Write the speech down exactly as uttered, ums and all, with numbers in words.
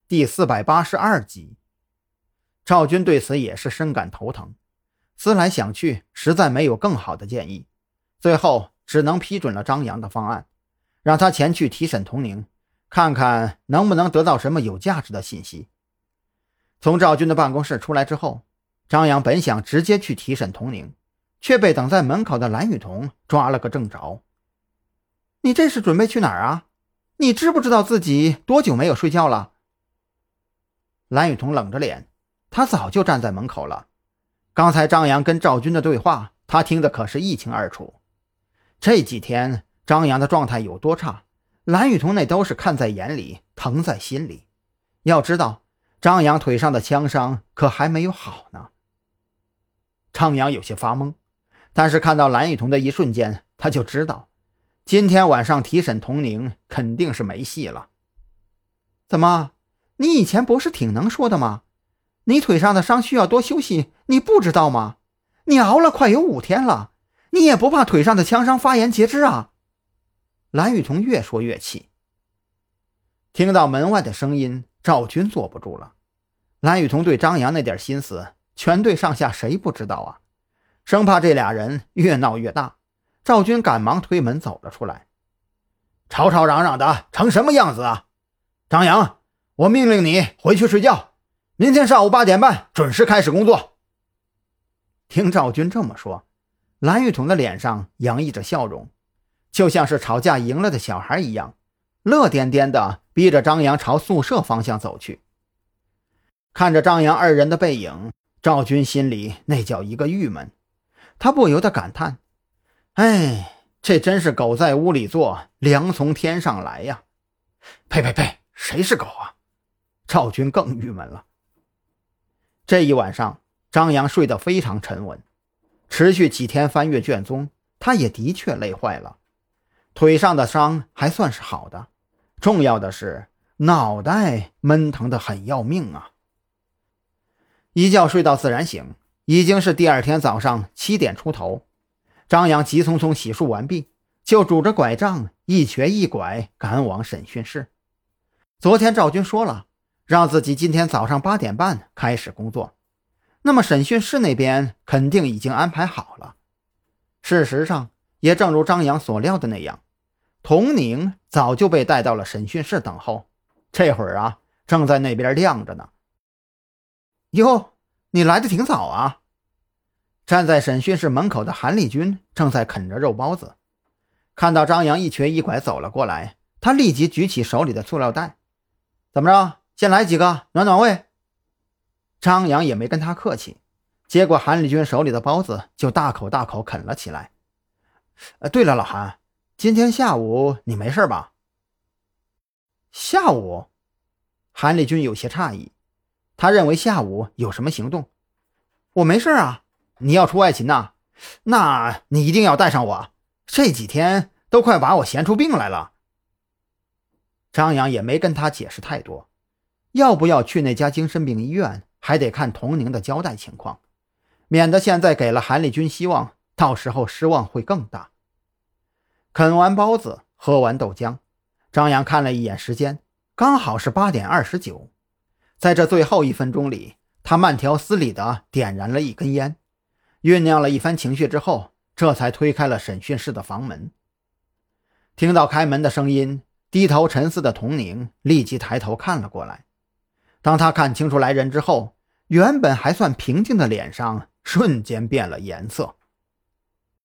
第四百八十二集。赵军对此也是深感头疼，思来想去，实在没有更好的建议，最后只能批准了张扬的方案，让他前去提审童宁，看看能不能得到什么有价值的信息。从赵军的办公室出来之后，张扬本想直接去提审童宁，却被等在门口的蓝雨桐抓了个正着。你这是准备去哪儿啊？你知不知道自己多久没有睡觉了？蓝雨桐冷着脸，他早就站在门口了。刚才张扬跟赵军的对话，他听得可是一清二楚。这几天张扬的状态有多差，蓝雨桐那都是看在眼里，疼在心里。要知道张扬腿上的枪伤可还没有好呢。张扬有些发懵，但是看到蓝雨桐的一瞬间，他就知道今天晚上提审童宁肯定是没戏了。怎么，你以前不是挺能说的吗？你腿上的伤需要多休息，你不知道吗？你熬了快有五天了，你也不怕腿上的枪伤发炎截肢啊？蓝雨桐越说越气。听到门外的声音，赵军坐不住了。蓝雨桐对张扬那点心思，全队上下谁不知道啊？生怕这俩人越闹越大，赵军赶忙推门走了出来。吵吵嚷嚷的成什么样子啊？张扬，我命令你回去睡觉，明天上午八点半准时开始工作。听赵军这么说，蓝雨桐的脸上洋溢着笑容，就像是吵架赢了的小孩一样，乐颠颠的逼着张扬朝宿舍方向走去。看着张扬二人的背影，赵军心里那叫一个郁闷，他不由得感叹，哎，这真是狗在屋里坐，凉从天上来呀！呸呸呸，谁是狗啊？赵军更郁闷了。这一晚上张扬睡得非常沉稳，持续几天翻阅卷宗，他也的确累坏了。腿上的伤还算是好的，重要的是脑袋闷疼得很要命啊！一觉睡到自然醒，已经是第二天早上七点出头。张扬急匆匆洗漱完毕，就拄着拐杖一瘸一拐赶往审讯室。昨天赵军说了，让自己今天早上八点半开始工作，那么审讯室那边肯定已经安排好了。事实上也正如张扬所料的那样，童宁早就被带到了审讯室等候，这会儿啊正在那边晾着呢。哟，你来得挺早啊。站在审讯室门口的韩立军正在啃着肉包子，看到张扬一瘸一拐走了过来，他立即举起手里的塑料袋。怎么着，先来几个暖暖胃？张扬也没跟他客气，接过韩立军手里的包子就大口大口啃了起来。呃，对了老韩，今天下午你没事吧？下午？韩立军有些诧异，他认为下午有什么行动。我没事啊。你要出外勤呐？那你一定要带上我，这几天都快把我闲出病来了。张扬也没跟他解释太多，要不要去那家精神病医院还得看童宁的交代情况，免得现在给了韩立军希望，到时候失望会更大。啃完包子，喝完豆浆，张扬看了一眼时间，刚好是八点二十九。在这最后一分钟里，他慢条斯理地点燃了一根烟，酝酿了一番情绪之后，这才推开了审讯室的房门。听到开门的声音，低头沉思的童宁立即抬头看了过来。当他看清楚来人之后，原本还算平静的脸上瞬间变了颜色。